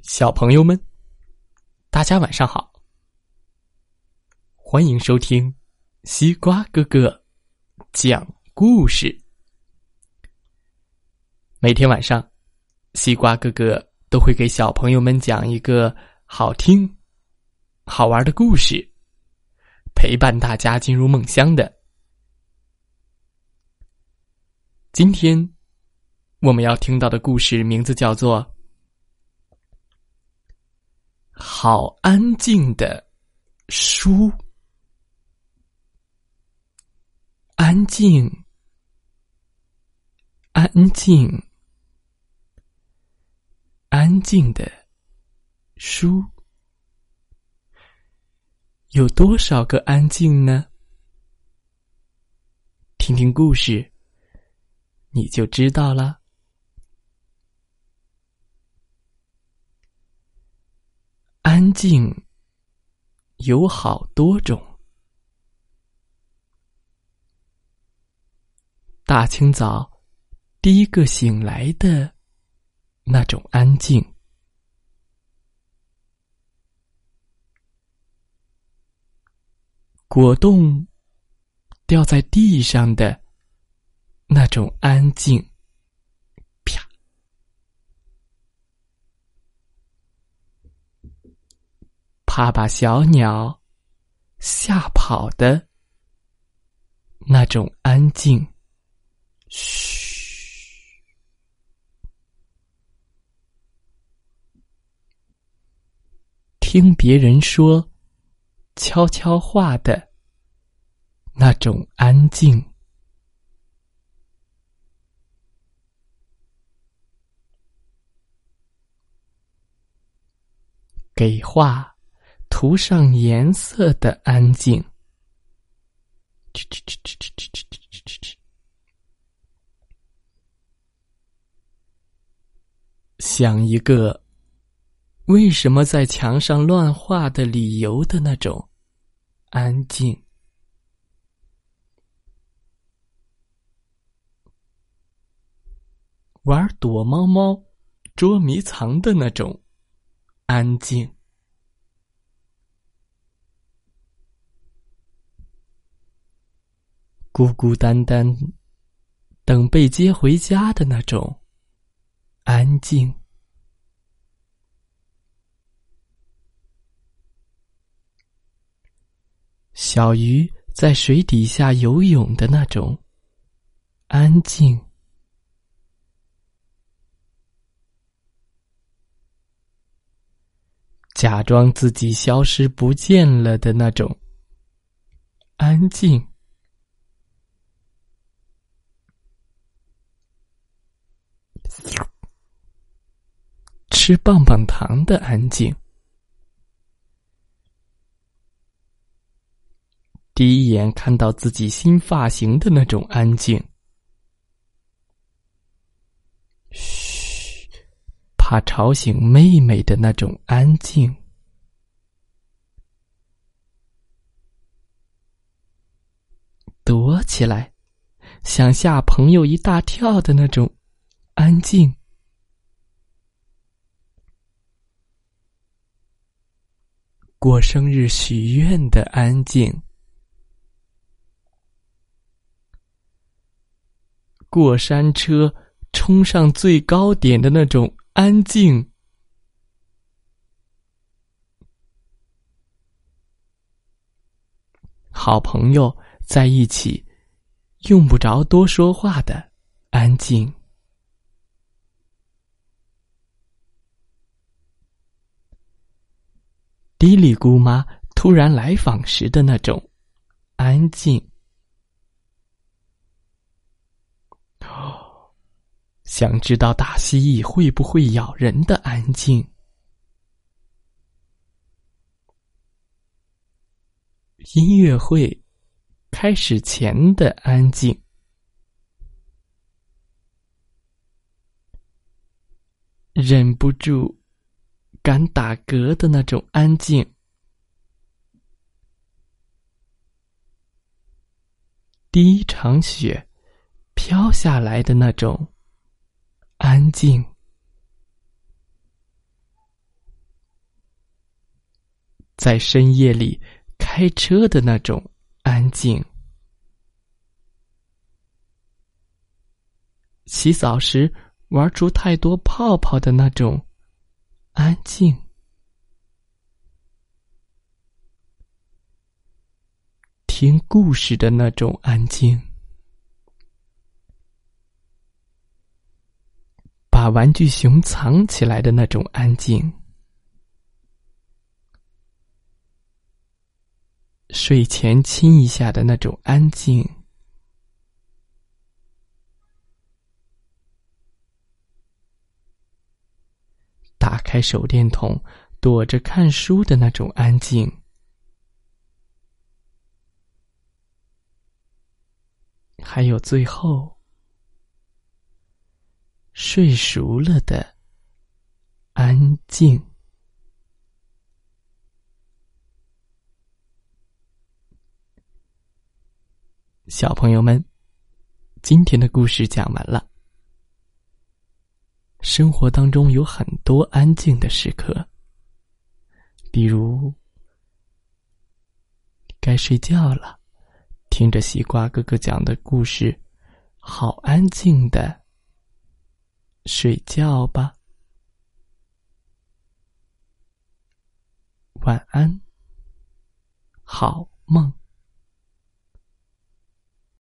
小朋友们，大家晚上好！欢迎收听西瓜哥哥讲故事。每天晚上，西瓜哥哥都会给小朋友们讲一个好听、好玩的故事，陪伴大家进入梦乡的。今天我们要听到的故事名字叫做好安静的书。安静，安静，安静的书。有多少个安静呢？听听故事，你就知道了。安静有好多种。大清早，第一个醒来的那种安静。果冻掉在地上的那种安静。啪！怕把小鸟吓跑的那种安静。嘘！听别人说悄悄话的那种安静。给画涂上颜色的安静。想一个为什么在墙上乱画的理由的那种安静。玩躲猫猫、捉迷藏的那种安静。孤孤单单等被接回家的那种安静。小鱼在水底下游泳的那种安静。假装自己消失不见了的那种安静。吃棒棒糖的安静。第一眼看到自己新发型的那种安静。嘘，怕吵醒妹妹的那种安静。躲起来，想吓朋友一大跳的那种安静。过生日许愿的安静。过山车冲上最高点的那种安静。好朋友在一起用不着多说话的安静。迪丽姑妈突然来访时的那种安静。想知道大蜥蜴会不会咬人的安静。音乐会开始前的安静。忍不住敢打嗝的那种安静。第一场雪飘下来的那种安静。 在深夜里开车的那种安静，洗澡时玩出太多泡泡的那种安静，听故事的那种安静，把玩具熊藏起来的那种安静，睡前亲一下的那种安静，打开手电筒躲着看书的那种安静，还有最后睡熟了的安静。小朋友们，今天的故事讲完了。生活当中有很多安静的时刻，比如该睡觉了，听着西瓜哥哥讲的故事，好安静的睡觉吧。晚安，好梦。